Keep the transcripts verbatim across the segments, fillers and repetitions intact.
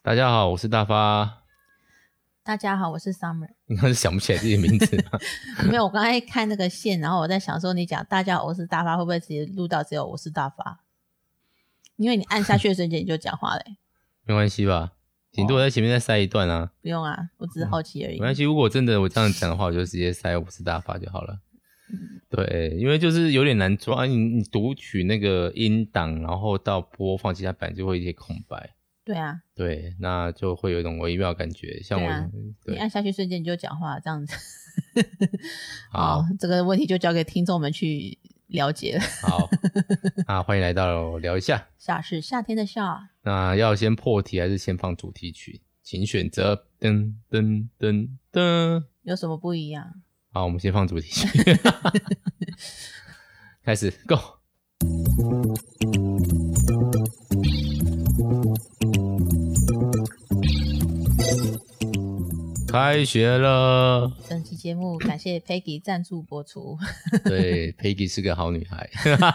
大家好，我是大发。 大家好，我是 Summer。 你刚才想不起来自己的名字吗？ 没有，我刚才看那个线，然后我在想说，你讲大家好，我是大发，会不会直接录到只有我是大发？因为你按下去的瞬间你就讲话嘞、欸。 没关系吧？顶多我在前面再塞一段啊。 不用啊，我只是好奇而已。 没关系，如果真的我这样讲的话，我就直接塞我是大发就好了。嗯、对，因为就是有点难抓，你你读取那个音档，然后到播放，其他版就会有一些空白。 对啊， 对，那就会有一种微妙的感觉，像我， 对啊、 对你按下去瞬间你就讲话，这样子。好，这个问题就交给听众们去了解了。 好，啊，欢迎来到聊一下。 夏是夏天的夏。 那要先破题还是先放主题曲？请选择。噔噔噔噔， 有什么不一样？ 好，我们先放主题曲。开始 ，Go。开学了！ 本期节目感谢 Peggy 赞助播出。 对 ，Peggy 是个好女孩。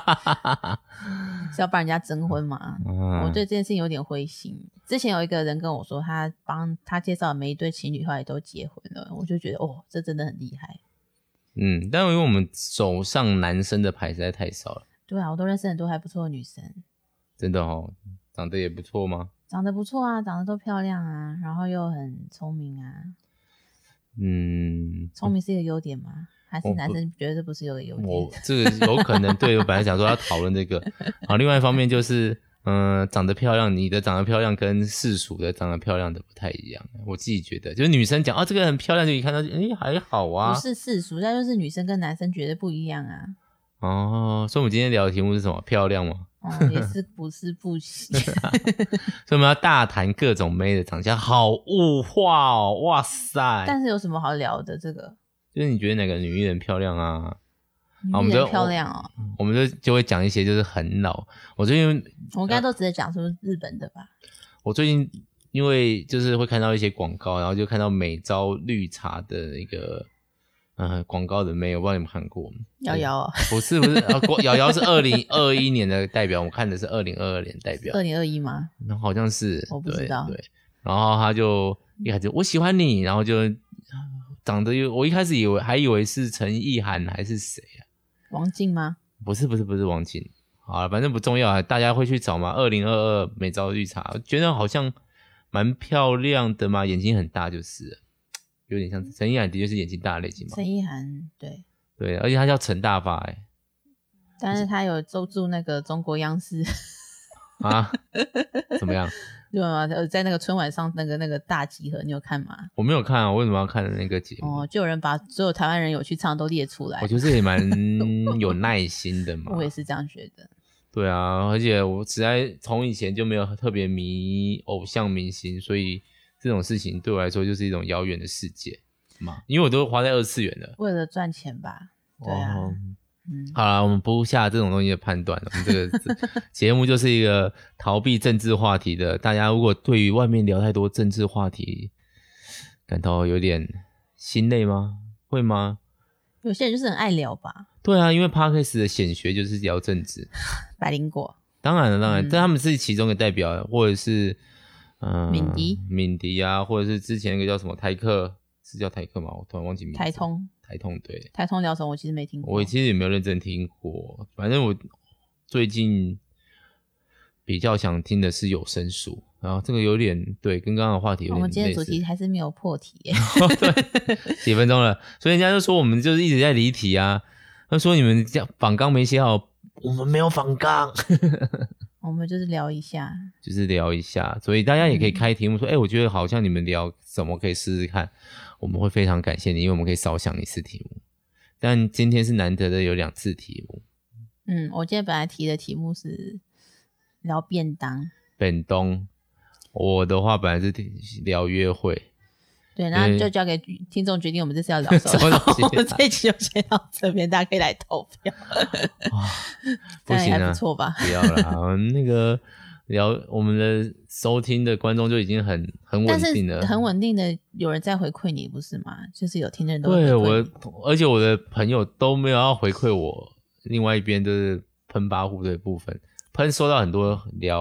是要帮人家征婚吗、嗯？我对这件事情有点灰心。之前有一个人跟我说，他帮他介绍的每一对情侣后来都结婚了，我就觉得哦，这真的很厉害。 嗯，但因为我们手上男生的牌实在太少了。 对啊，我都认识很多还不错的女生。 真的哦，长得也不错吗？ 长得不错啊，长得都漂亮啊，然后又很聪明啊。 嗯， 聪明是一个优点吗？还是男生觉得这不是有个优点？ 我这个有可能对，我本来想说要讨论这个。好，另外一方面就是，嗯、呃，长得漂亮，你的长得漂亮跟世俗的长得漂亮的不太一样。我自己觉得，就是女生讲啊，这个很漂亮，就一看到，哎，还好啊。 不是世俗，那就是女生跟男生觉得不一样啊。 哦，所以我们今天聊的题目是什么？漂亮吗？ 哦，也是不是不行。 所以我们要大谈各种妹的长相，好物化哦，哇塞！ 但是有什么好聊的？这个就是你觉得哪个女艺人漂亮啊？ 女艺人漂亮哦， 我们就就会讲一些就是很老。我最近我刚才都直接讲出日本的吧。 我最近因为就是会看到一些广告，然后就看到美招绿茶的一个呃广告的妹，我不知道你们看过。 瑶瑶啊？ 不是不是，瑶瑶是二零二一年的代表，我看的是二零二二年代表。 二零二一吗？ 好像是， 我不知道。 对，对然后他就一开始我喜欢你，然后就长得有，我一开始以为还以为是陈意涵还是谁啊？ 王静吗？ 不是不是不是王静。好了，反正不重要啊，大家会去找嘛。二零二二美招绿茶，觉得好像蛮漂亮的嘛，眼睛很大就是了，有点像陈意涵，的确是眼睛大的类型嘛。 陈意涵，对对，而且他叫陈大发哎、欸， 但是他有周住那个中国央视啊，怎么样？ 对吗？在那个春晚上那个那个大集合，你有看吗？ 我没有看啊，我为什么要看那个节目？ 哦，就有人把所有台湾人有去唱都列出来。 我觉得这也蛮有耐心的嘛。 我也是这样觉得。 对啊，而且我实在从以前就没有特别迷偶像明星，所以这种事情对我来说就是一种遥远的世界嘛，因为我都花在二次元了。 为了赚钱吧。对啊。哦嗯，好啦，我们不下这种东西的判断。我们这个节目就是一个逃避政治话题的。大家如果对于外面聊太多政治话题感到有点心累吗？会吗？ 有些人就是很爱聊吧。 对啊，因为 Podcast 的显学就是聊政治。 百灵果。 当然了，当然，嗯、但他们是其中的代表，或者是呃敏迪、 敏迪啊，或者是之前那个叫什么台客，是叫台客吗？我突然忘记名字。 台通。 台通对， 台通聊什么我其实没听过， 我其实也没有认真听过。反正我最近比较想听的是有声书，然后这个有点对，跟刚刚的话题有点类似。 我们今天的主题还是没有破题耶。 对，几分钟了，所以人家就说我们就是一直在离题啊。他说你们访纲没写好，我们没有访纲。 我们就是聊一下， 就是聊一下，所以大家也可以开题目说，哎、嗯欸，我觉得好像你们聊什么可以试试看。我们会非常感谢你，因为我们可以少想一次题目。但今天是难得的有两次题目。 嗯，我今天本来提的题目是聊便当。 便当，我的话本来是聊约会。 对，那就交给听众决定我们这次要聊什么。我们这一期就先到这边，大家可以来投票。 不行啊， 还不错吧？ 不要啦，那个。聊我们的收听的观众就已经很很稳定了， 但是很稳定的有人在回馈你不是吗？就是有听的人都会回馈你。 对，我而且我的朋友都没有要回馈我，另外一边就是喷八户的部分，喷收到很多聊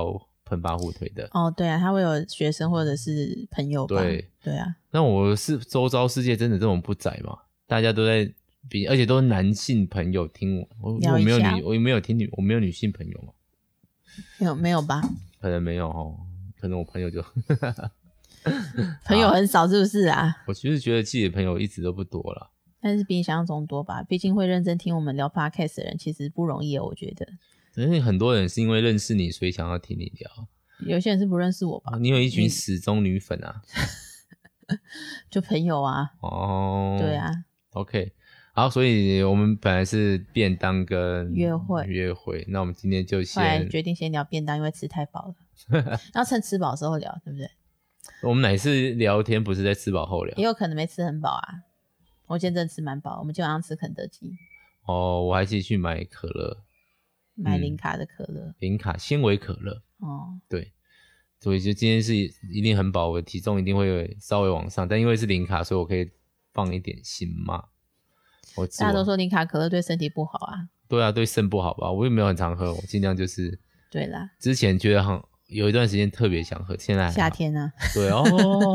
喷八户推的。 哦，对啊，他会有学生或者是朋友吧？ 对对啊。 那我是周遭世界真的这种不窄嘛？大家都在比，而且都是男性朋友听我，我我没有女，我没有听女，我没有女性朋友嘛？ 没有没有吧？ 可能没有哦，可能我朋友就朋友很少，是不是啊？ 我其实觉得自己的朋友一直都不多啦。 但是比你想象中多吧，毕竟会认真听我们聊 podcast 的人其实不容易哦，我觉得。 因为很多人是因为认识你所以想要听你聊， 有些人是不认识我吧。 你有一群死忠女粉啊。 就朋友啊。 哦， 对啊。 OK， 好，所以我们本来是便当跟约会约会，那我们今天就先后来决定先聊便当，因为吃太饱了要趁吃饱的时候聊，对不对？ 我们哪次聊天不是在吃饱后聊？ 也有可能没吃很饱啊。我今天真的吃蛮饱，我们今天晚上吃肯德基。 哦，我还是去买可乐， 买零卡的可乐， 零卡纤维可乐。 哦， 对，所以就今天是一定很饱，我的体重一定会稍微往上，但因为是零卡，所以我可以放一点心嘛。我大家都说零卡可乐对身体不好啊。 对啊，对肾不好吧？我也没有很常喝，我尽量就是对啦。 之前觉得很有一段时间特别想喝，现在夏天啊。 对哦。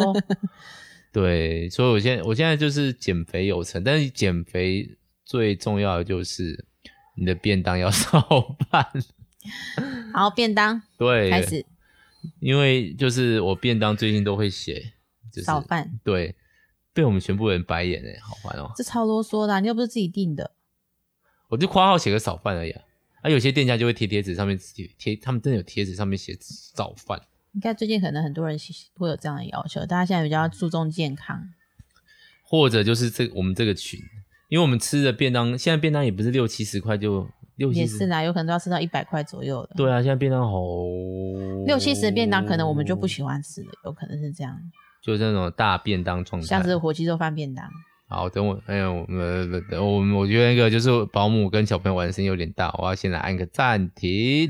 对，所以我现在我现在就是减肥有成，但是减肥最重要的就是你的便当要少饭。 好，便当对， 开始。 因为就是我便当最近都会写、就是、 少饭， 对，被我们全部人白眼耶，好烦哦。 这超啰嗦的、啊，你又不是自己订的。 我就括号写个少饭而已啊，啊有些店家就会贴贴纸，上面贴，他们真的有贴纸上面写少饭。 应该最近可能很多人会有这样的要求，大家现在比较注重健康， 或者就是这我们这个群，因为我们吃的便当，现在便当也不是六七十块就六七十， 也是啦，有可能都要吃到一百块左右的。 对啊，现在便当好六七十的便当，可能我们就不喜欢吃了，有可能是这样， 就是那种大便当状态， 像是火鸡肉饭便当。 好，等我，哎呦，呃，我我觉得那个就是保姆跟小朋友玩的声音有点大，我要先来按个暂停。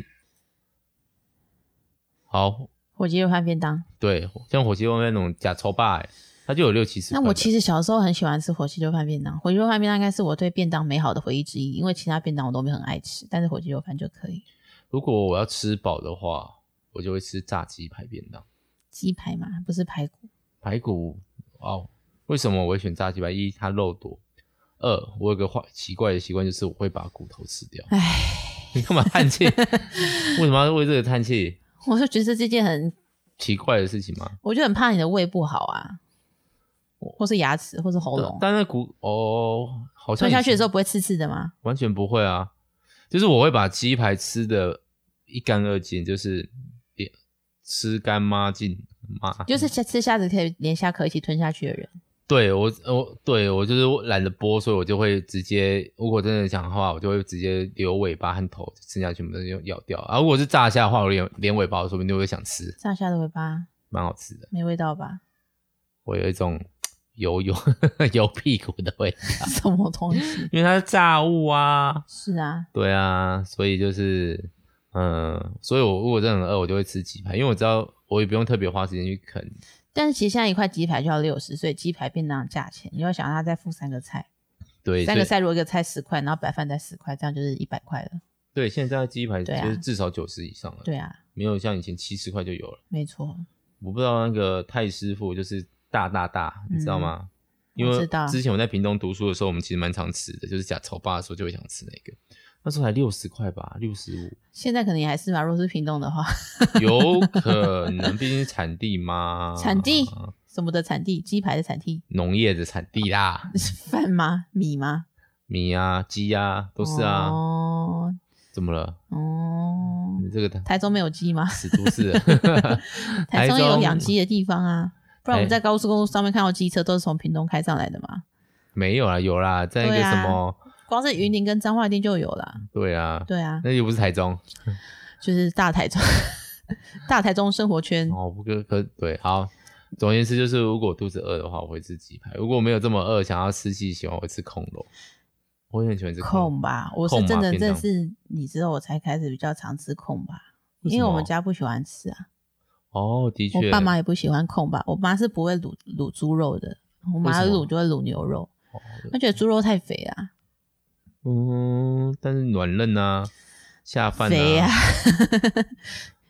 好。 火鸡肉饭便当， 对，像火鸡肉饭那种假抽霸，哎，它就有六七十块。 那我其实小时候很喜欢吃火鸡肉饭便当，火鸡肉饭便当应该是我对便当美好的回忆之一，因为其他便当我都没有很爱吃，但是火鸡肉饭就可以。 如果我要吃饱的话，我就会吃炸鸡排便当。 鸡排嘛，不是排骨。 排骨哦，为什么我会选炸鸡排？一，它肉多；二，我有个坏奇怪的习惯，就是我会把骨头吃掉。 唉， 你干嘛叹气？为什么要为这个叹气？ 我就觉得这是件很奇怪的事情吗？ 我就很怕你的胃不好啊，或是牙齿，或是喉咙。 但那骨哦，好像吞下去的时候不会刺刺的吗？ 完全不会啊，就是我会把鸡排吃的一干二净，就是吃干抹净嘛。 就是吃虾子可以连虾壳一起吞下去的人。 对我，我对我就是懒得剥，所以我就会直接，如果真的想的话，我就会直接留尾巴和头，剩下全部都咬掉。啊，如果是炸虾的话，我连连尾巴说不定就会想吃。 炸虾的尾巴蛮好吃的， 没味道吧？ 我有一种油油油屁股的味道。 什么东西？ 因为它是炸物啊。 是啊。 对啊，所以就是嗯，所以我如果真的很饿，我就会吃鸡排，因为我知道我也不用特别花时间去啃。 但是其实现在一块鸡排就要六十，所以鸡排便当的价钱，你要想它再付三个菜， 对， 三个菜如果一个菜十块，然后白饭再十块，这样就是一百块了。 对，现在鸡排就是至少九十以上了。 对啊， 没有像以前七十块就有了。 没错。 我不知道那个太师傅就是大大大，你知道吗？ 嗯、 因为之前我在屏东读书的时候，我们其实蛮常吃的，就是假炒霸的时候就会想吃那个。那时候才六十块吧，六十五。 现在可能也还是吧，如果是屏东的话。 有可能，毕竟是产地嘛。 产地什么的产地？鸡排的产地？ 农业的产地啦。 饭吗？米吗？ 米啊，鸡啊，都是啊。 哦。 怎么了？ 哦。 你这个台中没有鸡吗？ 死都市。 台中也有养鸡的地方啊，不然我们在高速公路上面看到机车都是从屏东开上来的嘛。 没有啦，有啦，在那个什么。 光是云林跟彰化店就有啦。 对啊， 对啊， 那又不是台中， 就是大台中，大台中生活圈。 哦，不可可对，好。总而言之，就是如果我肚子饿的话，我会吃鸡排；如果我没有这么饿，想要吃鸡喜欢，我会吃控肉。我也很喜欢吃控吧，我是真的真的是你之后我才开始比较常吃控吧，为因为我们家不喜欢吃啊。 哦，的确， 我爸妈也不喜欢控吧，我妈是不会卤卤猪肉的，我妈卤就会卤牛肉，她觉得猪肉太肥啊。 嗯，但是软嫩啊，下饭啊。 肥啊。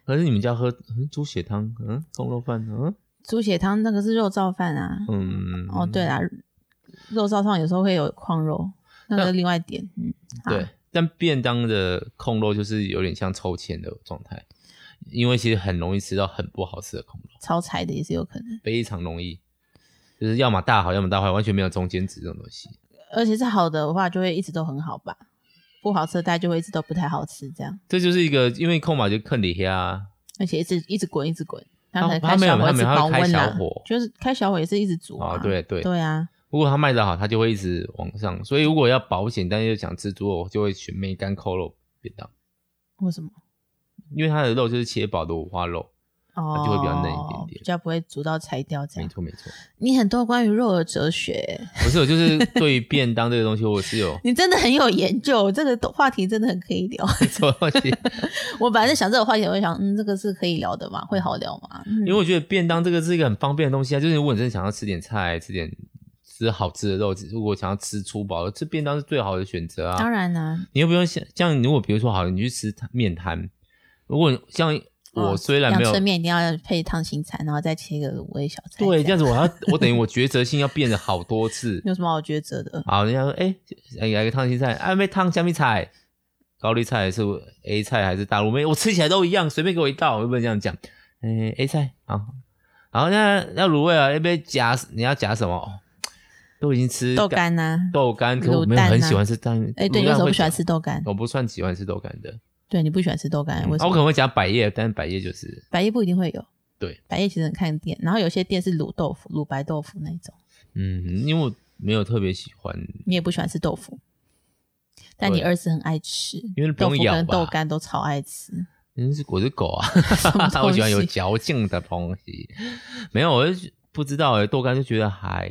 可是你们家喝、嗯、猪血汤，嗯，空肉饭，嗯， 猪血汤那个是肉燥饭啊。嗯，哦，对啦，肉燥汤有时候会有矿肉，那个另外点。嗯， 对。但便当的控肉就是有点像抽签的状态，因为其实很容易吃到很不好吃的控肉， 超柴的也是有可能， 非常容易，就是要么大好，要么大坏，完全没有中间值这种东西。 而且是好的的话，就会一直都很好吧。不好吃的大概就会一直都不太好吃，这样。 这就是一个，因为控嘛就坑里下， 而且一直一直滚，一直滚。 他可能开小火， 他没有，他保温开小火， 就是开小火也是一直煮啊。 哦、对对对啊。 如果他卖得好，他就会一直往上。所以如果要保险，但是又想吃猪肉，就会选梅干扣肉便当。 为什么？ 因为它的肉就是切薄的五花肉。 哦， 它就会比较嫩一点点， 比较不会煮到柴掉这样。 没错没错， 你很多关于肉的哲学。 不是，我就是对于便当这个东西，我是有。 你真的很有研究，这个话题真的很可以聊。 什么话题？ 我本来在想这个话题，我会想，嗯，这个是可以聊的嘛，会好聊嘛？嗯、 因为我觉得便当这个是一个很方便的东西啊，就是如果你真的想要吃点菜，吃点吃好吃的肉，如果想要吃粗饱的，吃便当是最好的选择啊。 当然啦、啊， 你又不用像像如果比如说好，你去吃面摊，如果像。我虽然没有阳春面一定要配烫青菜，然后再切个五味小菜。 对，这样子我要我等于我抉择性要变了好多次。 有什么好抉择的？ 好，人家说哎，欸、来个烫青菜，啊，没烫虾米菜，高丽菜还是 A 菜还是大陆妹，我吃起来都一样，随便给我一道，会不会这样讲？哎、欸、，A 菜好，然后那要卤味啊，要不要夹？你要夹什么？都已经吃豆干啊， 豆干，可我没有很喜欢吃蛋。 哎、欸，对，你为什么不喜欢吃豆干？ 我不算喜欢吃豆干的。 对，你不喜欢吃豆干， 嗯、 为什么？ 我可能会夹百叶，但是百叶就是百叶不一定会有。 对， 百叶其实很看店，然后有些店是卤豆腐、卤白豆腐那种。 嗯，因为我没有特别喜欢。 你也不喜欢吃豆腐，但你儿子很爱吃， 因为不用咬吧， 豆腐跟豆干都超爱吃。 嗯，我是狗啊，我喜欢有嚼劲的东西。没有，我就不知道哎，豆干就觉得还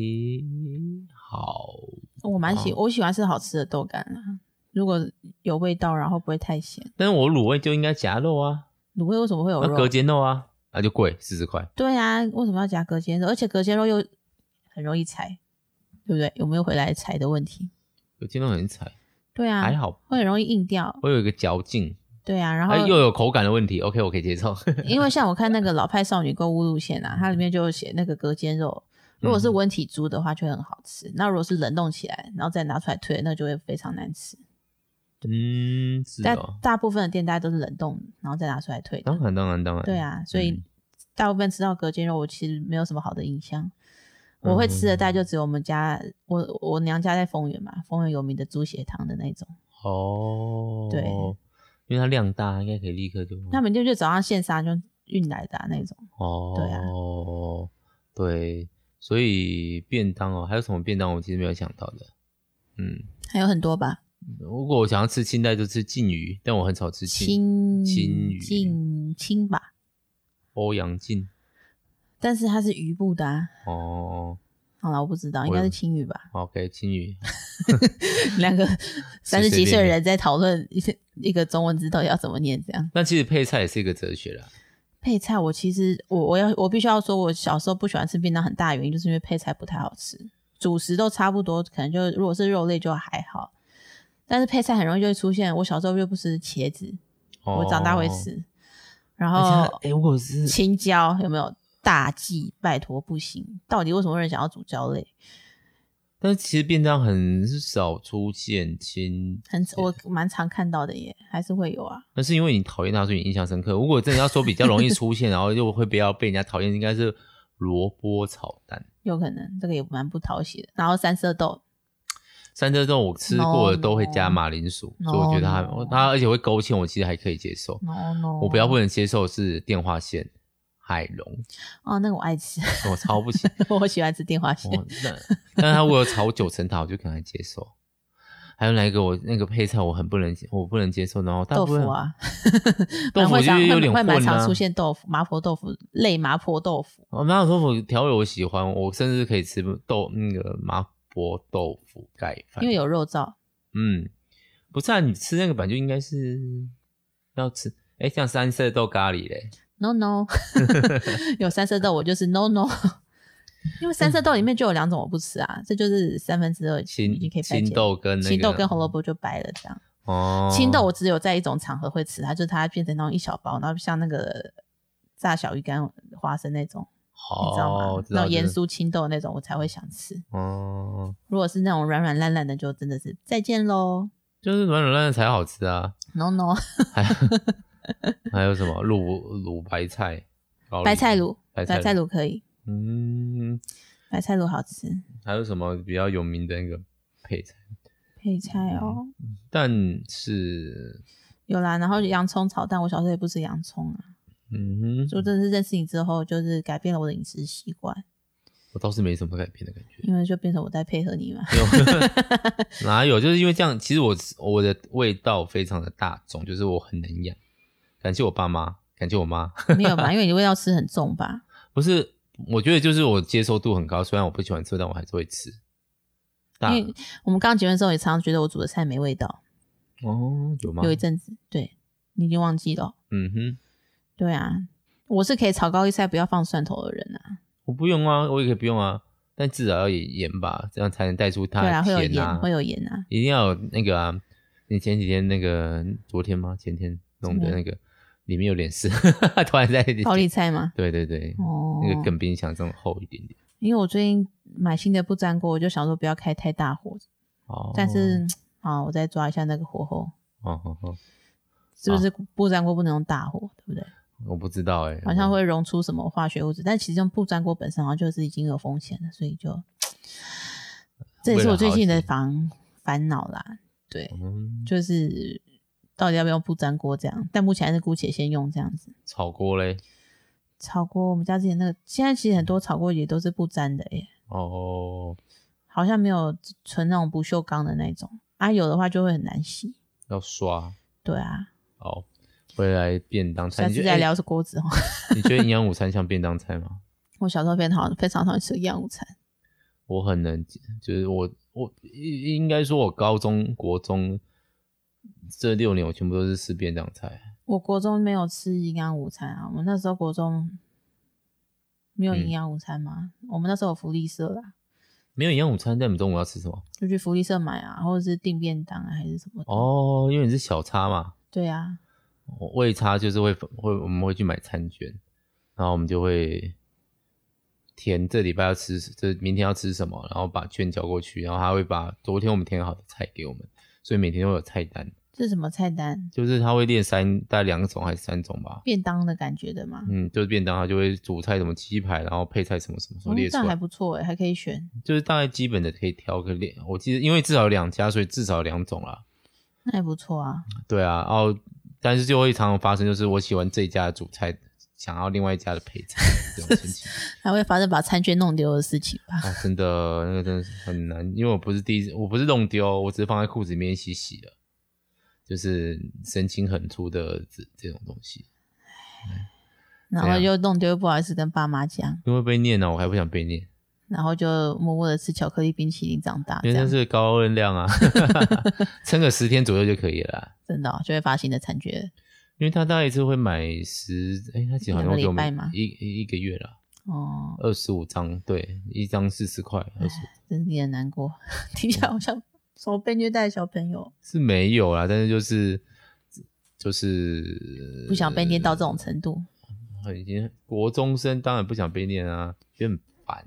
好。 我蛮喜，我喜欢吃好吃的豆干啊。如果有味道，然后不会太咸。 但是我卤味就应该夹肉啊。 卤味为什么会有肉？ 隔间肉啊，那、啊、就贵四十块。 对啊，为什么要夹隔间肉？而且隔间肉又很容易柴，对不对？有没有回来柴的问题？ 隔间肉很柴。 对啊， 还好， 会很容易硬掉。 会有一个嚼劲。 对啊，然后、 欸、又有口感的问题 ，OK， 我可以接受。 因为像我看那个老派少女购物路线啊，它里面就有写那个隔间肉。如果是温体猪的话就会很好吃、嗯、那如果是冷冻起来然后再拿出来退那就会非常难吃。 嗯，是哦。 但大部分的店大家都是冷冻然后再拿出来退的。 当然当然当然。 对啊，所以大部分吃到隔间肉我其实没有什么好的印象、嗯、我会吃的大概就只有我们家我我娘家在丰原嘛，丰原有名的猪血汤的那种。 哦， 对， 因为它量大应该可以立刻就他们就就早上现杀就运来的、啊、那种。 哦， 对啊， 对，所以便当哦，还有什么便当我其实没有想到的。嗯， 还有很多吧。 如果我想要吃清淡就吃鲭鱼，但我很少吃青青鱼鲭青吧， 欧阳鲭， 但是它是鱼部的啊。 哦， 好啦，我不知道，应该是青鱼吧。 OK， 青鱼。 两个三十几岁的人在讨论一个中文字到底要怎么念，这样。 那其实配菜也是一个哲学啦。 配菜我其实我我要我必须要说，我小时候不喜欢吃便当很大的原因就是因为配菜不太好吃，主食都差不多，可能就如果是肉类就还好，但是配菜很容易就会出现。我小时候就不吃茄子，哦、我长大会吃。然后哎，如果是青椒有没有？大忌，拜托不行！到底为什么有人想要煮椒类？ 但是其实便当很少出现青， 很我蛮常看到的耶，还是会有啊。 那是因为你讨厌它，所以你印象深刻。如果真的要说比较容易出现，然后又会不要被人家讨厌，应该是萝卜炒蛋。 有可能，这个也蛮不讨喜的。然后三色豆， 三色豆我吃过的都会加马铃薯， no, 所以我觉得它 no, 它而且会勾芡，我其实还可以接受。 No, no. 我比较不能接受是电话线。海茸哦，那个我爱吃， 我超不行。 我喜欢吃电话线， 哦、但是他如果炒九层塔，我就可能接受。还有哪一个我那个配菜我很不能我不能接受，然后大部分豆腐啊， 豆腐就有点混啊， 会蛮常出现豆腐、麻婆豆腐类麻婆豆腐。 哦，麻婆豆腐调味我喜欢，我甚至可以吃豆那个麻婆豆腐盖饭， 因为有肉燥。 嗯，不是啊，你吃那个本来就应该是要吃，哎，像三色豆咖喱嘞。 No no， 有三色豆我就是 No no， 因为三色豆里面就有两种我不吃啊，这就是三分之二， 青你可以青豆跟那个青豆跟红萝卜就白了这样。 哦， 青豆我只有在一种场合会吃它，就是它变成那种一小包，然后像那个炸小鱼干花生那种。 哦、 你知道吗？ 知道那种盐酥青豆那种我才会想吃。 哦， 如果是那种软软烂烂的，就真的是再见咯。 就是软软烂烂才好吃啊。 No no， 还还有什么卤卤白菜、 白菜卤、 白菜卤可以。 嗯， 白菜卤好吃。 还有什么比较有名的那个配菜？ 配菜哦， 但是有啦。然后洋葱炒蛋，我小时候也不吃洋葱啊。 嗯哼， 就真的是认识你之后，就是改变了我的饮食习惯。 我倒是没什么改变的感觉， 因为就变成我在配合你嘛。 哪有？就是因为这样，其实我我的味道非常的大众，就是我很能养。感谢我爸妈，感谢我妈。 没有吧？因为你味道吃很重吧？ 不是，我觉得就是我接受度很高，虽然我不喜欢吃，但我还是会吃。 因为我们刚结婚的时候也常常觉得我煮的菜没味道。 哦，有吗？ 有一阵子，对，你已经忘记了。 嗯哼。 对啊，我是可以炒高丽菜不要放蒜头的人啊。 我不用啊，我也可以不用啊，但至少要盐吧，这样才能带出它的甜啊。 对啊，会有盐，会有盐啊。 一定要有那个啊，你前几天那个昨天吗？前天弄的那个里面有点湿，突然在高丽菜吗？ 对对对，哦，那个更比你想象中厚一点点。 因为我最近买新的不粘锅，我就想说不要开太大火。哦。但是啊，我再抓一下那个火候。 哦哦哦。 是不是不粘锅不能用大火，对不对？ 我不知道哎、欸， 好像会溶出什么化学物质，但其实用不粘锅本身好像就是已经有风险了，所以就这也是我最近的烦烦恼啦。对、嗯，就是到底要不要用不粘锅这样，但目前还是姑且先用这样子。 炒锅嘞？ 炒锅我们家之前那个，现在其实很多炒锅也都是不粘的耶。 哦， 好像没有纯那种不锈钢的那种啊，有的话就会很难洗， 要刷。 对啊。 好。回来便当菜， 下次再聊是锅子哦。 你觉得营养午餐像便当菜吗？ 我小时候非常非常讨厌吃营养午餐。 我很能，就是我我应该说，我高中、国中这六年，我全部都是吃便当菜。 我国中没有吃营养午餐啊，我们那时候国中没有营养午餐吗、嗯？我们那时候有福利社啦。 没有营养午餐，但你们中午要吃什么？ 就去福利社买啊，或者是订便当啊，还是什么的。 哦，因为你是小叉嘛。 对啊。 胃差就是会会我们会去买餐券，然后我们就会填这礼拜要吃，这明天要吃什么，然后把券交过去，然后他会把昨天我们填好的菜给我们，所以每天都有菜单。 这是什么菜单？ 就是他会列三大概两种还是三种吧， 便当的感觉的吗？ 嗯，就是便当，他就会主菜什么鸡排，然后配菜什么什么什么列出来、 哦、这样还不错耶，还可以选， 就是大概基本的可以挑个两，我记得因为至少有两家，所以至少有两种啦。 那还不错啊。 对啊，然后但是就会常常发生，就是我喜欢这一家的主菜，想要另外一家的配菜这种事情。 还会发生把餐券弄丢的事情吧？ 啊，真的，那个真的是很难，因为我不是第一次，我不是弄丢，我只是放在裤子里面一起洗的，就是神情很粗的这这种东西。 然后又弄丢，又不好意思跟爸妈讲， 因为被念呢、啊，我还不想被念。 然后就默默的吃巧克力冰淇淋长大， 因为那是高热量啊，撑个十天左右就可以了啦。 真的、哦、就会发新的餐券， 因为他大概一次会买十，哎，他其实好像给我们一一一个月啦， 哦， 二十五张，对，一张四十块，二十， 真是令人难过，听起来好像什么被虐待的小朋友， 是没有啦，但是就是就是不想被念到这种程度， 呃、已经国中生当然不想被念啊，就很烦。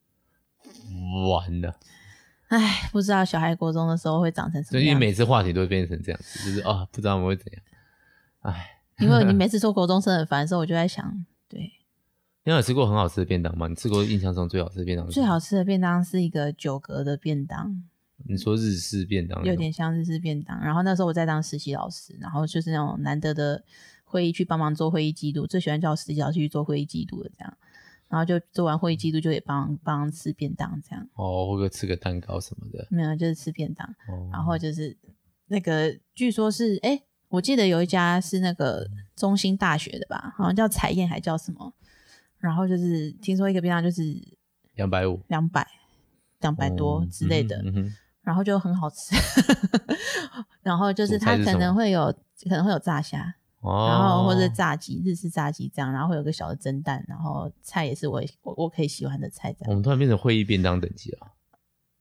完了， 哎，不知道小孩国中的时候会长成什么样子。 所以每次话题都会变成这样子，就是啊、哦，不知道我们会怎样。哎， 因为你每次说国中生很烦的时候，我就在想，对， 你有吃过很好吃的便当吗？你吃过印象中最好吃的便当是？ 最好吃的便当是一个九格的便当。 你说日式便当， 有点像日式便当。然后那时候我在当实习老师，然后就是那种难得的会议去帮忙做会议记录，最喜欢叫实习老师去做会议记录的这样。然后就做完会议记录就得帮帮吃便当这样。 哦，会不会吃个蛋糕什么的？ 没有，就是吃便当。 哦、 然后就是那个据说是哎，我记得有一家是那个中兴大学的吧，好像叫彩燕还叫什么。然后就是听说一个便当就是两百五、 两百、两百多之类的， 嗯嗯嗯、 然后就很好吃。然后就是它可能会有可能会有炸虾。 哦、 然后或者炸鸡，日式炸鸡这样，然后会有个小的蒸蛋，然后菜也是我我我可以喜欢的菜这样。 我们突然变成会议便当等级了。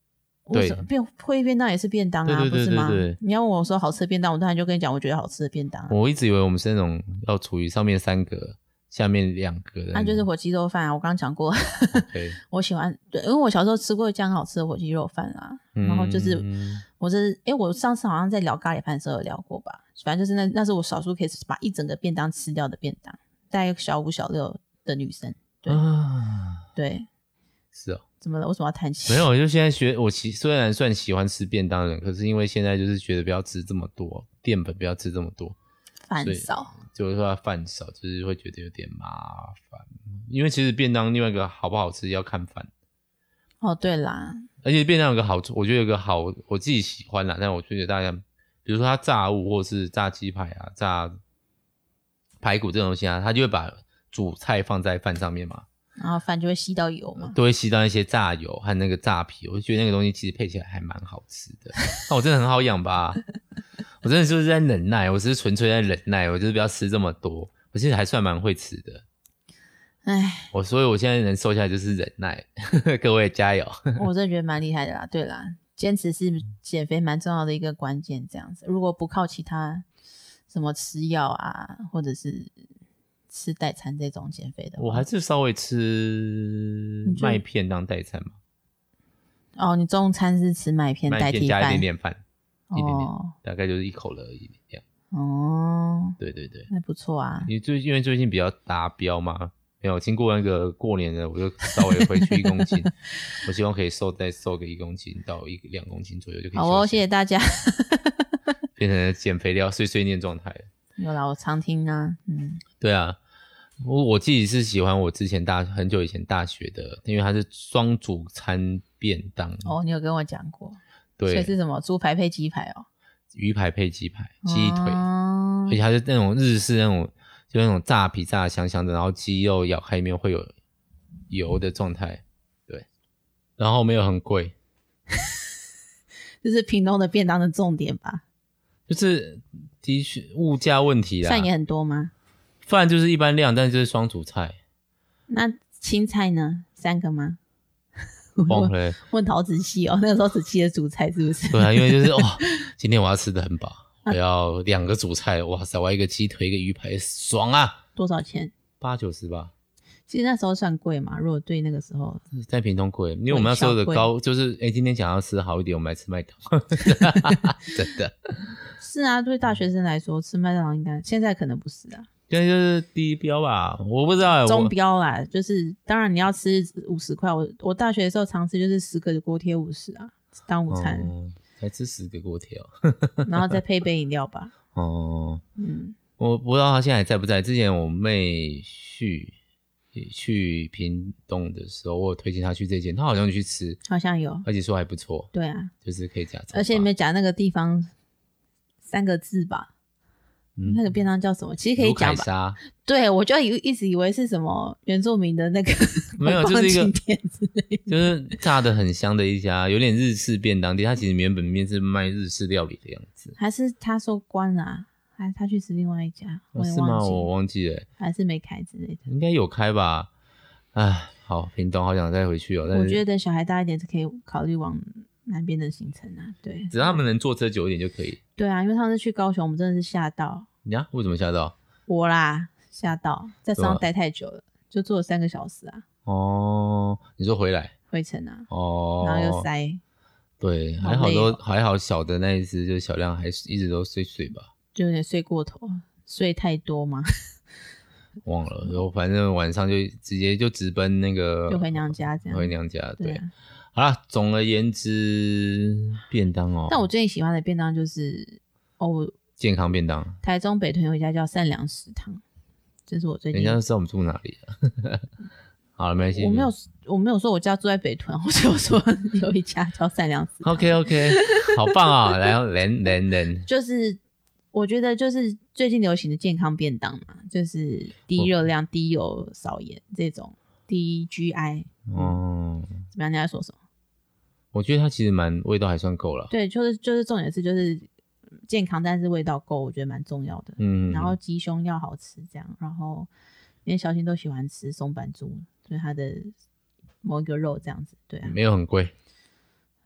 对， 便会议便当也是便当啊， 对对对对对， 不是吗？你要问我说好吃的便当，我当然就跟你讲，我觉得好吃的便当、啊。 我一直以为我们是那种要处于上面三个，下面两个的。 那、啊、就是火鸡肉饭啊，我刚刚讲过。 okay 我喜欢，对，因为我小时候吃过这样好吃的火鸡肉饭啊。嗯、然后就是我是，哎，我上次好像在聊咖喱饭的时候有聊过吧？反正就是那那是我少数可以把一整个便当吃掉的便当，大概小五小六的女生。对，啊、对， 是哦。 怎么了？为什么要叹气？ 没有，就现在学我其虽然算喜欢吃便当的人，可是因为现在就是觉得不要吃这么多淀粉，不要吃这么多， 饭少， 就是说饭少，就是会觉得有点麻烦。因为其实便当另外一个好不好吃要看饭。 哦，对啦， 而且便当有个好处，我觉得有个好，我自己喜欢啦，但我觉得大家，比如说它炸物或是炸鸡排啊、炸排骨这种东西啊，它就会把主菜放在饭上面嘛。 然后饭就会吸到油嘛， 都会吸到一些炸油和那个炸皮，我就觉得那个东西其实配起来还蛮好吃的。那我真的很好养吧？我真的就是在忍耐，我只是纯粹在忍耐，我就是不要吃这么多。我其实还算蛮会吃的，唉，我所以我现在能瘦下来就是忍耐，各位加油！ 我真的觉得蛮厉害的啦。对啦，坚持是减肥蛮重要的一个关键，这样子，如果不靠其他什么吃药啊，或者是吃代餐这种减肥的话， 我还是稍微吃麦片当代餐嘛。 哦，你中餐是吃麦片代替饭，麦片加一点点饭， 哦、 一点点，大概就是一口了而已这样。 哦， 对对对， 那不错啊。 你最因为最近比较达标嘛，没有经过那个过年的，我就稍微回去一公斤，我希望可以瘦再瘦个一公斤到一两公斤左右就可以。 好哦，谢谢大家。 变成减肥料碎碎念状态了。 有啦，我常听啊，嗯， 对啊，我我自己是喜欢我之前大很久以前大学的，因为它是双主餐便当。 哦，你有跟我讲过， 对， 所以是什么猪排配鸡排哦， 鱼排配鸡排、鸡腿， 哦、 而且它是那种日式那种，就那种炸皮炸的香香的，然后鸡肉咬开里面会有油的状态，对，然后没有很贵， 这是屏东的便当的重点吧？ 就是的确物价问题啦。 饭也很多吗？ 饭就是一般量，但是就是双主菜。 那青菜呢？三个吗？ 忘了问陶子熙哦，那个时候子熙的主菜是不是？ 对啊，因为就是哇，今天我要吃得很饱，我要两个主菜，哇塞，我要一个鸡腿一个鱼排，爽啊！ 多少钱？ 八九十吧。 其实那时候算贵嘛，如果对那个时候在屏东贵，因为我们那时候的高就是哎，今天想要吃好一点，我们来吃麦当劳，真的。 是啊，对大学生来说吃麦当劳应该现在可能不是啊， 现在就是低标吧，我不知道中标啦，就是当然你要吃五十块，我我大学的时候常吃就是十个锅贴五十啊，当午餐， 哦、才吃十个锅贴哦， 然后再配杯饮料吧。 哦， 嗯， 我不知道他现在还在不在。之前我妹去去屏东的时候，我有推荐她去这间，她好像去吃， 好像有， 而且说还不错。 对啊， 就是可以加， 而且你们讲那个地方三个字吧。 嗯、 那个便当叫什么？其实可以讲吧。对，我就一直以为是什么原住民的那个没有，就是一个之类的， 就是炸的很香的一家，有点日式便当店。它其实原本面是卖日式料理的样子。 还是他说关了、啊，还是他去吃另外一家？我也是吗？我忘记了， 还是没开之类的。 应该有开吧？哎，好，屏东好想再回去哦。但是我觉得等小孩大一点是可以考虑往南边的行程啊。对， 只要他们能坐车久一点就可以。 对啊，因为上次去高雄，我们真的是吓到。 你啊？为什么吓到？ 我啦，吓到，在车上待太久了，就坐了三个小时啊。 哦，你说回来？ 回程啊。 哦。 然后又塞。 对，还好都、哦、还好，小的那一只就是小亮，还是一直都睡睡吧。 就有点睡过头，睡太多吗？ 忘了，然后反正晚上就直接就直奔那个， 就回娘家这样。 回娘家，对。 对啊、 好啦，总而言之，便当哦。 但我最近喜欢的便当就是哦。 健康便当， 台中北屯有一家叫善良食堂，这是我最近。 人家都知道我们住哪里啊。好了，没关系。 我没有，我没有说我家住在北屯，我只有说有一家叫善良食堂。 OK OK， 好棒啊！来，人人人， 就是我觉得就是最近流行的健康便当嘛，就是低热量、低油、少盐这种低 G I。哦、嗯，怎么样？你在说什么？ 我觉得它其实蛮味道还算够了。 对，就是就是重点是就是健康，但是味道够，我觉得蛮重要的。嗯，然后鸡胸要好吃，这样，然后连小新都喜欢吃松板猪，就是它的某一个肉这样子。对啊， 没有很贵，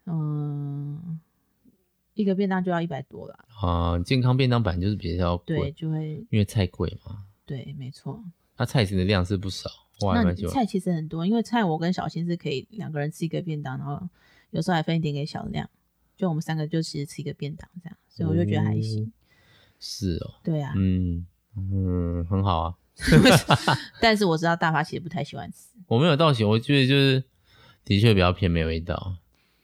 嗯，一个便当就要一百多啦。 啊、健康便当本来就是比较贵， 对，就会因为菜贵嘛。 对，没错。 那菜型的量是不少，我还那蛮喜欢。 菜其实很多，因为菜我跟小新是可以两个人吃一个便当，然后有时候还分一点给小亮，就我们三个就其实吃一个便当这样，所以我就觉得还行。 哦是哦， 对啊， 嗯嗯，很好啊。 但是我知道大发其实不太喜欢吃。 我没有到喜，我觉得就是的确比较偏没味道，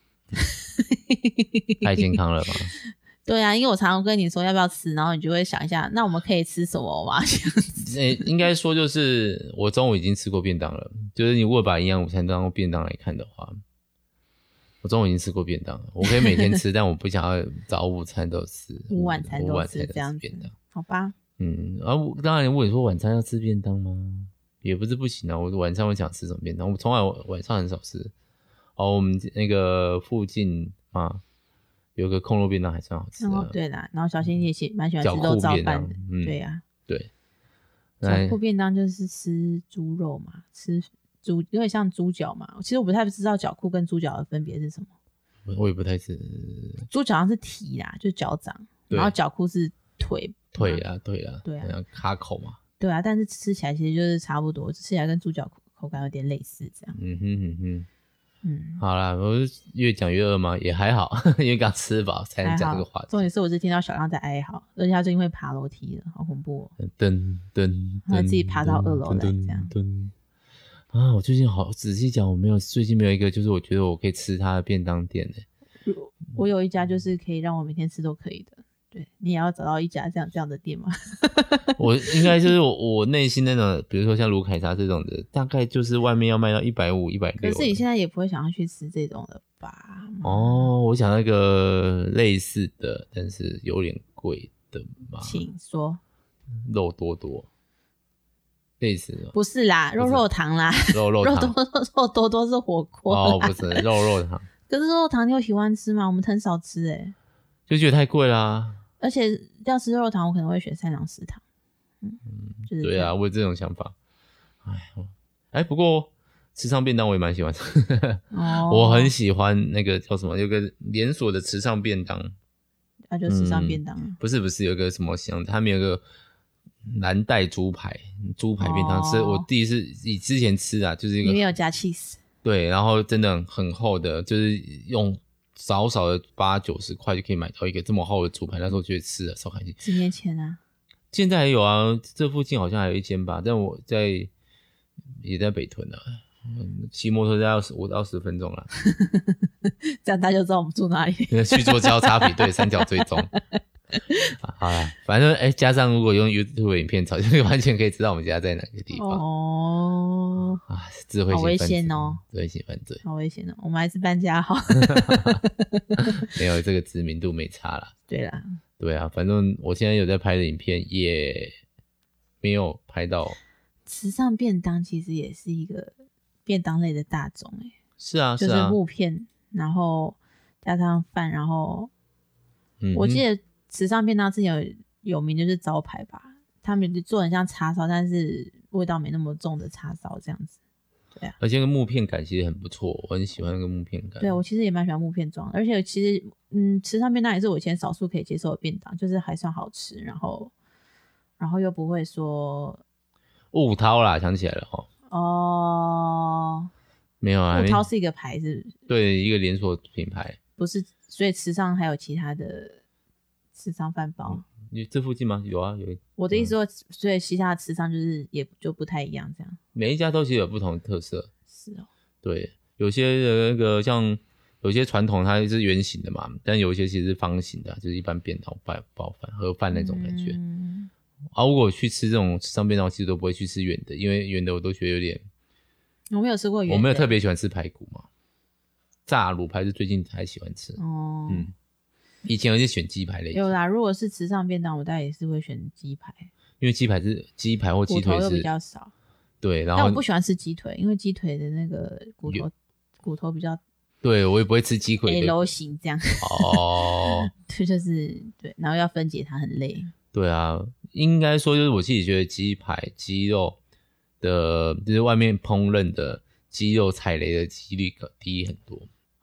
太健康了吧？ 对啊，因为我常常跟你说要不要吃，然后你就会想一下，那我们可以吃什么吗？ 诶、应该说就是我中午已经吃过便当了，就是你如果把营养午餐当便当来看的话，我中午已经吃过便当了，我可以每天吃，但我不想要早午餐都吃， 午晚餐都午晚餐吃这样子便当。 好吧？ 嗯，然后当然问你说晚餐要吃便当吗？也不是不行啊，我晚上会想吃什么便当，我从来晚上很少吃。哦，我们那个附近啊，有个空肉便当还算好吃的。 然后对啦，然后小新也喜蛮喜欢吃饺肉燥裤便当饭的， 嗯对呀、 对， 啊。饺裤便当就是吃猪肉嘛，吃猪有点像猪脚嘛。其实我不太知道饺裤跟猪脚的分别是什么。 我也不太吃猪脚好像是蹄啦，就是脚掌， 对然后饺裤是腿腿啊腿啊， 对啊那样卡口嘛。 对啊，但是吃起来其实就是差不多，吃起来跟猪脚口感有点类似这样。 嗯哼嗯哼。 嗯， 好啦，我越讲越饿吗？也还好，因为刚吃饱才能讲这个话题。 重点是我是听到小亮在哀嚎，而且他最近会爬楼梯了，好恐怖哦！ 噔噔， 他自己爬到二楼来这样。 噔啊，我最近好仔细讲，我没有最近没有一个，就是我觉得我可以吃他的便当店诶。 我有一家就是可以让我每天吃都可以的。对，你也要找到一家这样这样的店吗？ 我应该就是我我内心那种，比如说像卢凯撒这种的，大概就是外面要卖到一百五、一百六。 可是你现在也不会想要去吃这种的吧？ 哦，我想那个类似的，但是有点贵的嘛。 请说。 肉多多，类似的。 不是啦，肉肉汤啦， 肉肉汤。 肉多多肉多多是火锅啦。 哦，不是肉肉汤。 可是肉肉汤你有喜欢吃吗？我们很少吃诶、欸， 就觉得太贵啦。 而且要吃肉肉汤，我可能会选三良食堂。嗯，就是对啊，我有这种想法。哎，哎，不过池上便当我也蛮喜欢吃。 哦， 我很喜欢那个叫什么，有个连锁的池上便当。 那、啊、就池上便当、嗯。 不是不是，有个什么像他们有个蓝带猪排猪排便当，是、哦、我第一次以之前吃啊，就是一个里面有加 cheese。 对，然后真的很厚的，就是用少少的八九十块就可以买到一个这么厚的猪排，那时候就吃了超开心。 几年前啊？ 现在还有啊，这附近好像还有一间吧，但我在也在北屯啊，骑摩托车要五到十分钟啦。 这样大家就知道我们住哪里。 去做交叉比对，三角追踪。好啦，反正哎、欸，加上如果用 YouTube 影片找，就完全可以知道我们家在哪个地方。 哦， 啊，智慧型好危险哦， 智慧型犯罪， 好危险哦，我们还是搬家好。 没有这个知名度没差啦。 对啦， 对啊，反正我现在有在拍的影片也没有拍到。 池上便当其实也是一个便当类的大众哎、欸。 是啊，是啊， 就是木片，然后加上饭，然后、 嗯、 我记得池上便当是有有名就是招牌吧，他们做很像叉烧，但是味道没那么重的叉烧这样子。对啊， 而且那个木片感其实很不错，我很喜欢那个木片感。 对，我其实也蛮喜欢木片装的，而且其实嗯，池上便当也是我以前少数可以接受的便当，就是还算好吃，然后然后又不会说雾涛啦，想起来了齁。 哦， 没有啊， 雾涛是一个牌子， 对，一个连锁品牌， 不是，所以池上还有其他的池上饭包。 你、嗯、这附近吗？有啊，有。 我的意思说，嗯、所以其他的池上就是也就不太一样，这样。 每一家都其实有不同的特色。 是哦。对， 有些的那个像有些传统它是圆形的嘛，但有一些其实是方形的，就是一般便当饭、包饭、盒饭那种感觉。嗯。啊，如果去吃这种池上便当，其实都不会去吃圆的，因为圆的我都觉得有点。 我没有吃过圆的。 我没有特别喜欢吃排骨嘛，炸卤排是最近才喜欢吃。哦。嗯。以前有些选鸡排类。 有啦，如果是池上便当，我大概也是会选鸡排。 因为鸡排是鸡排或鸡腿是骨头又比较少。对， 然后但我不喜欢吃鸡腿，因为鸡腿的那个骨头骨头比较。 对，我也不会吃鸡腿。 L 型这样。哦。对，就是对，然后要分解它很累。 对啊，应该说就是我自己觉得鸡排鸡肉的，就是外面烹饪的鸡肉踩雷的几率低很多。 哦，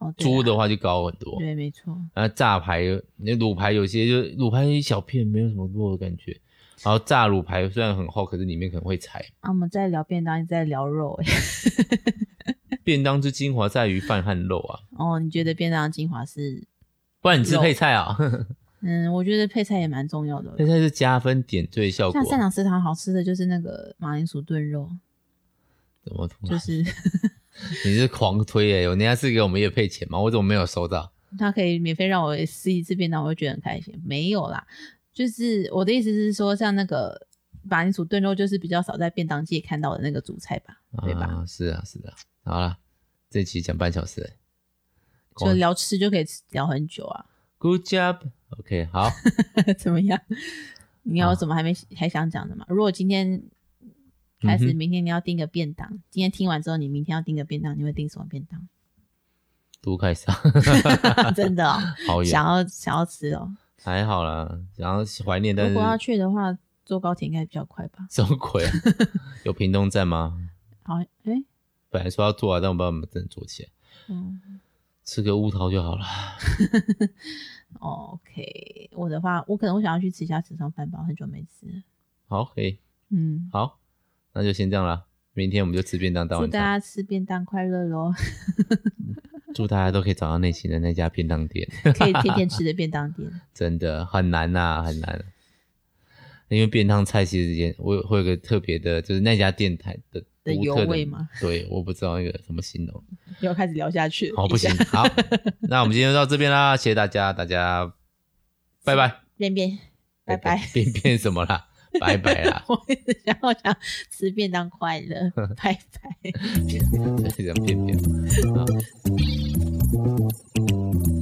哦， 猪的话就高很多。 对，没错。 然后炸排，那卤排有些就卤排一小片，没有什么肉的感觉。然后炸卤排虽然很厚，可是里面可能会柴。 啊，我们在聊便当，在聊肉便当之精华在于饭和肉啊。 哦，你觉得便当的精华是？ 不然你吃配菜啊？ 嗯，我觉得配菜也蛮重要的。 配菜是加分点缀效果。 像善良食堂好吃的就是那个马铃薯炖肉。 怎么突然？ 就是你是狂推耶、欸？人家是给我们业配钱吗？我怎么没有收到？ 他可以免费让我吃一次便当，我会觉得很开心。没有啦，就是我的意思是说，像那个马铃薯炖肉，就是比较少在便当界看到的那个主菜吧，对吧？ 啊，是啊，是的。好啦，这期讲半小时、欸， 就聊吃就可以聊很久啊。 Good job，OK，、okay, 好。 怎么样？你有什么还没、啊、还想讲的吗？如果今天开始，明天你要订个便当、嗯，今天听完之后，你明天要订个便当，你会订什么便当？ 都凯撒， 真的哦， 好远， 想要想要吃哦。 还好啦，想要怀念，但是如果要去的话，坐高铁应该比较快吧？ 什么鬼、啊？有屏东站吗？ 好，哎、欸， 本来说要坐啊，但我不知道有没有真的坐起来。嗯，吃个乌桃就好了。 OK， 我的话，我可能会想要去吃一下池上饭堡，很久没吃了。 好，可以。 嗯， 好，那就先这样啦。明天我们就吃便当到晚餐。 祝大家吃便当快乐咯。 祝大家都可以找到内心的那家便当店， 可以天天吃的便当店。 真的很难啊，很难。因为便当菜其实也我会有个特别的，就是那家店台的的油味吗？ 对，我不知道那个怎么形容。 又开始聊下去了。 好，不行。好，那我们今天就到这边啦，谢谢大家，大家拜拜。 便便，拜拜。 便便什么啦？拜拜啦。 我一直想要讲吃便当快乐，拜拜。 这样便便。好。